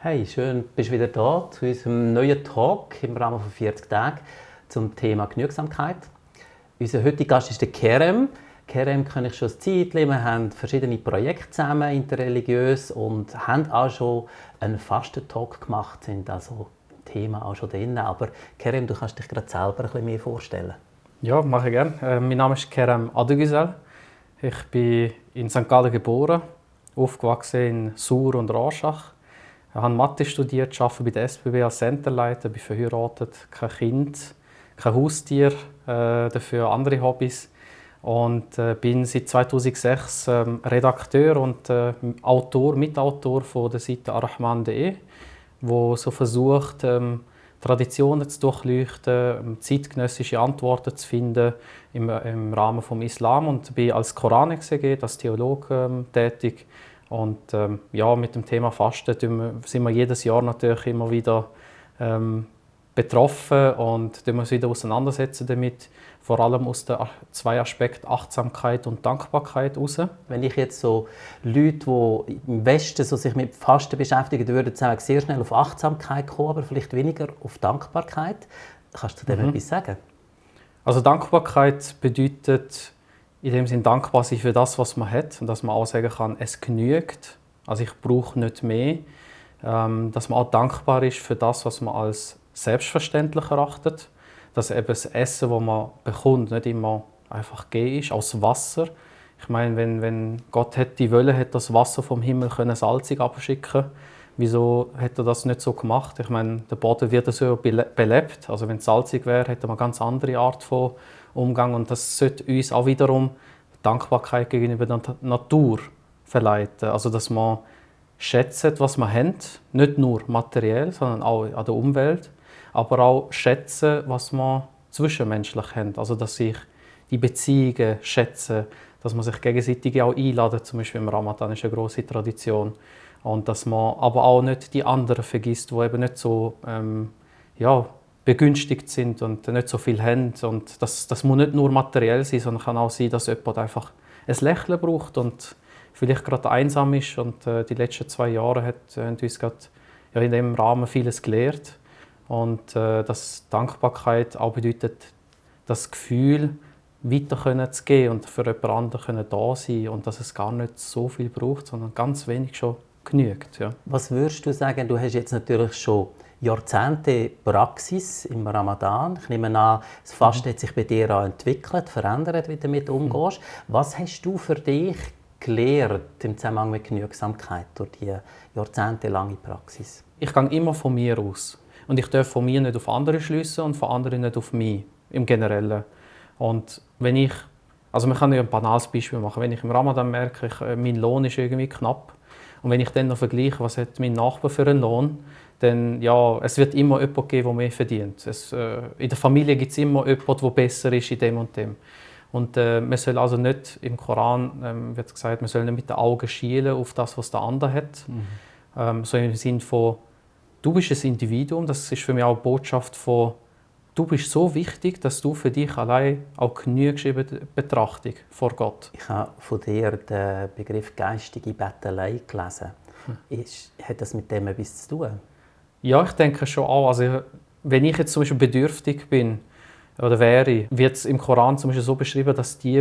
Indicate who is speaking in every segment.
Speaker 1: Hey, schön, bist du wieder da zu unserem neuen Talk im Rahmen von 40 Tagen zum Thema Genügsamkeit. Unser heutiger Gast ist der Kerem. Kerem kenne ich schon eine Zeit. Wir haben verschiedene Projekte zusammen, interreligiös, und haben auch schon einen Fastentalk gemacht, sind also im Thema auch schon drin. Aber Kerem, du kannst dich gerade selber ein bisschen mehr vorstellen.
Speaker 2: Ja, mache ich gerne. Mein Name ist Kerem Adegüzel. Ich bin in St. Gallen geboren, aufgewachsen in Sur und Rorschach. Ich habe Mathe studiert, arbeite bei der SBB als Centerleiter, bin verheiratet, kein Kind, kein Haustier, dafür andere Hobbys. Und bin seit 2006 Redakteur und Mitautor von der Seite arrahman.de, wo so versucht, Traditionen zu durchleuchten, zeitgenössische Antworten zu finden im Rahmen des Islam, und bin als Koranexeget, als Theologe tätig. Und ja, mit dem Thema Fasten sind wir jedes Jahr natürlich immer wieder betroffen und uns wieder auseinandersetzen damit, vor allem aus den zwei Aspekten Achtsamkeit und Dankbarkeit heraus.
Speaker 1: Wenn ich jetzt so Leute, die im Westen so sich mit Fasten beschäftigen, würden sagen, sehr schnell auf Achtsamkeit kommen, aber vielleicht weniger auf Dankbarkeit. Kannst du dem etwas sagen?
Speaker 2: Also Dankbarkeit bedeutet in dem Sinne dankbar sein für das, was man hat, und dass man auch sagen kann, es genügt. Also ich brauche nicht mehr. Dass man auch dankbar ist für das, was man als selbstverständlich erachtet. Dass eben das Essen, das man bekommt, nicht immer einfach gegeben ist, aus Wasser. Ich meine, wenn Gott hätte wollen, hätte das Wasser vom Himmel salzig abschicken. Wieso hat er das nicht so gemacht? Ich meine, der Boden wird so belebt. Also wenn es salzig wäre, hätte man eine ganz andere Art von Umgang. Und das sollte uns auch wiederum Dankbarkeit gegenüber der Natur verleiten. Also dass man schätzt, was man hat, nicht nur materiell, sondern auch an der Umwelt, aber auch schätzen, was man zwischenmenschlich hat. Also dass sich die Beziehungen schätzen, dass man sich gegenseitig auch einladen, zum Beispiel im Ramadan ist eine grosse Tradition. Und dass man aber auch nicht die anderen vergisst, die eben nicht so begünstigt sind und nicht so viel haben. Und das muss nicht nur materiell sein, sondern kann auch sein, dass jemand einfach ein Lächeln braucht und vielleicht gerade einsam ist. Und die letzten 2 Jahre haben uns gerade in diesem Rahmen vieles gelehrt. Und dass Dankbarkeit auch bedeutet, das Gefühl, weiter zu gehen und für jemand anderen da sein, und dass es gar nicht so viel braucht, sondern ganz wenig schon genügt. Ja.
Speaker 1: Was würdest du sagen? Du hast jetzt natürlich schon Jahrzehnte Praxis im Ramadan. Ich nehme an, das Fasten hat sich bei dir auch entwickelt, verändert, wie du damit umgehst. Was hast du für dich gelernt im Zusammenhang mit Genügsamkeit durch die jahrzehntelange Praxis?
Speaker 2: Ich gehe immer von mir aus. Und ich darf von mir nicht auf andere schliessen und von anderen nicht auf mich, im Generellen. Und man kann ja ein banales Beispiel machen. Wenn ich im Ramadan merke, mein Lohn ist irgendwie knapp, und wenn ich dann noch vergleiche, was hat mein Nachbar für einen Lohn, dann ja, es wird immer jemanden geben, der mehr verdient. In der Familie gibt es immer jemanden, der besser ist in dem und dem. Und man soll also nicht, im Koran wird gesagt, man soll nicht mit den Augen schielen auf das, was der andere hat. So im Sinne von, du bist ein Individuum. Das ist für mich auch eine Botschaft von, du bist so wichtig, dass du für dich allein auch genügst in Betrachtung vor Gott.
Speaker 1: Ich habe von dir den Begriff geistige Bettelei gelesen. Hat das mit dem etwas zu tun?
Speaker 2: Ja, ich denke schon auch. Also, wenn ich jetzt zum Beispiel bedürftig bin oder wäre, wird es im Koran zum Beispiel so beschrieben, dass die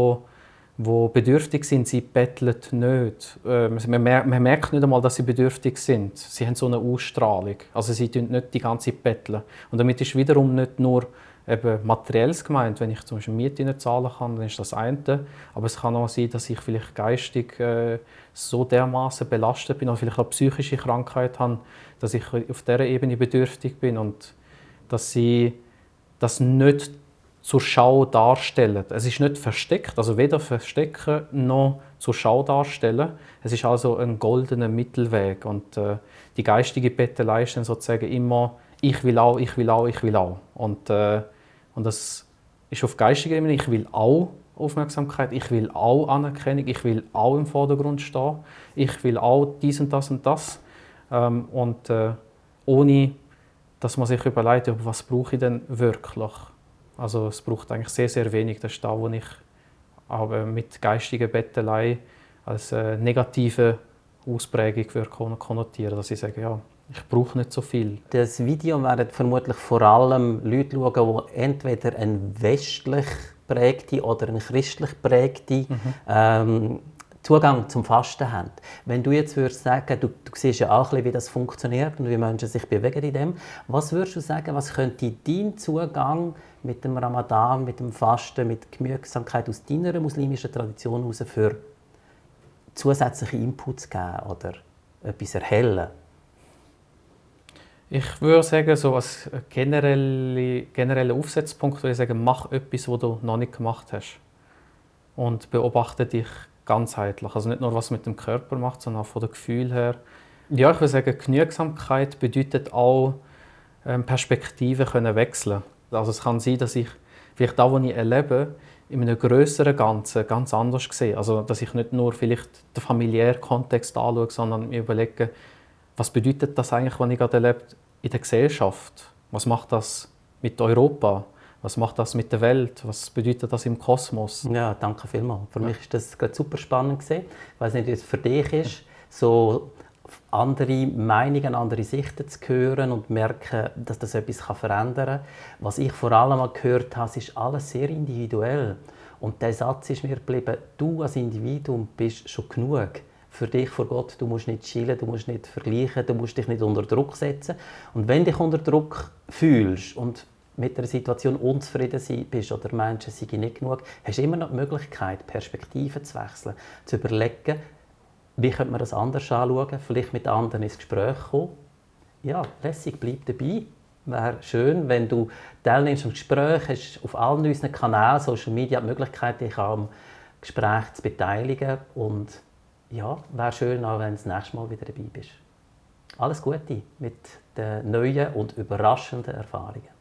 Speaker 2: bedürftig sind, sie betteln nicht. Man merkt nicht einmal, dass sie bedürftig sind. Sie haben so eine Ausstrahlung. Also sie tun nicht die ganze Zeit betteln. Und damit ist wiederum nicht nur eben Materielles gemeint. Wenn ich zum Beispiel Miete nicht zahlen kann, dann ist das eine. Aber es kann auch sein, dass ich vielleicht geistig so dermaßen belastet bin oder vielleicht auch psychische Krankheit habe, dass ich auf dieser Ebene bedürftig bin und dass sie das nicht zur Schau darstellen. Es ist nicht versteckt, also weder verstecken noch zur Schau darstellen. Es ist also ein goldener Mittelweg. Und die geistige Bettelei ist dann sozusagen immer ich will auch, ich will auch, ich will auch. Und das ist auf geistiger Ebene, ich will auch Aufmerksamkeit, ich will auch Anerkennung, ich will auch im Vordergrund stehen, ich will auch dies und das und das. Ohne, dass man sich überlegt, was brauche ich denn wirklich. Also es braucht eigentlich sehr, sehr wenig. Das ist da, wo ich aber mit geistiger Bettelei als negativen Ausprägung konnotieren, dass ich sage, ja, ich brauche nicht so viel.
Speaker 1: Das Video werden vermutlich vor allem Leute schauen, die entweder eine westlich prägte oder eine christlich prägte Zugang zum Fasten haben. Wenn du jetzt würdest sagen, du siehst ja auch ein bisschen, wie das funktioniert und wie Menschen sich bewegen in dem, was würdest du sagen, was könnte dein Zugang mit dem Ramadan, mit dem Fasten, mit Genügsamkeit aus deiner muslimischen Tradition heraus für zusätzliche Inputs geben oder etwas erhellen?
Speaker 2: Ich würde sagen, so als genereller Aufsetzpunkt würde ich sagen, mach etwas, was du noch nicht gemacht hast. Und beobachte dich ganzheitlich. Also nicht nur, was mit dem Körper macht, sondern auch von den Gefühlen her. Ja, ich würde sagen, Genügsamkeit bedeutet auch, Perspektiven können wechseln. Also es kann sein, dass ich vielleicht das, was ich erlebe, in einem grösseren Ganzen ganz anders sehe. Also dass ich nicht nur vielleicht den familiären Kontext anschaue, sondern mir überlege, was bedeutet das eigentlich, was ich gerade erlebe in der Gesellschaft? Was macht das mit Europa? Was macht das mit der Welt? Was bedeutet das im Kosmos?
Speaker 1: Ja, danke vielmals. Für mich ist das gerade super spannend gewesen. Ich weiß nicht, wie es für dich ist, so andere Meinungen, andere Sichten zu hören und merken, dass das etwas verändern kann. Was ich vor allem mal gehört habe, ist alles sehr individuell. Und der Satz ist mir geblieben: Du als Individuum bist schon genug. Für dich vor Gott, du musst nicht schielen, du musst nicht vergleichen, du musst dich nicht unter Druck setzen. Und wenn du dich unter Druck fühlst und mit der Situation unzufrieden bist oder meinst, es sei nicht genug, hast du immer noch die Möglichkeit, Perspektiven zu wechseln, zu überlegen, wie könnte man das anders anschauen, vielleicht mit anderen ins Gespräch kommen. Ja, lässig, bleib dabei. Wäre schön, wenn du teilnimmst am Gespräch, hast auf allen unseren Kanälen, Social Media, die Möglichkeit, dich am Gespräch zu beteiligen. Und ja, wäre schön, auch wenn du das nächste Mal wieder dabei bist. Alles Gute mit den neuen und überraschenden Erfahrungen.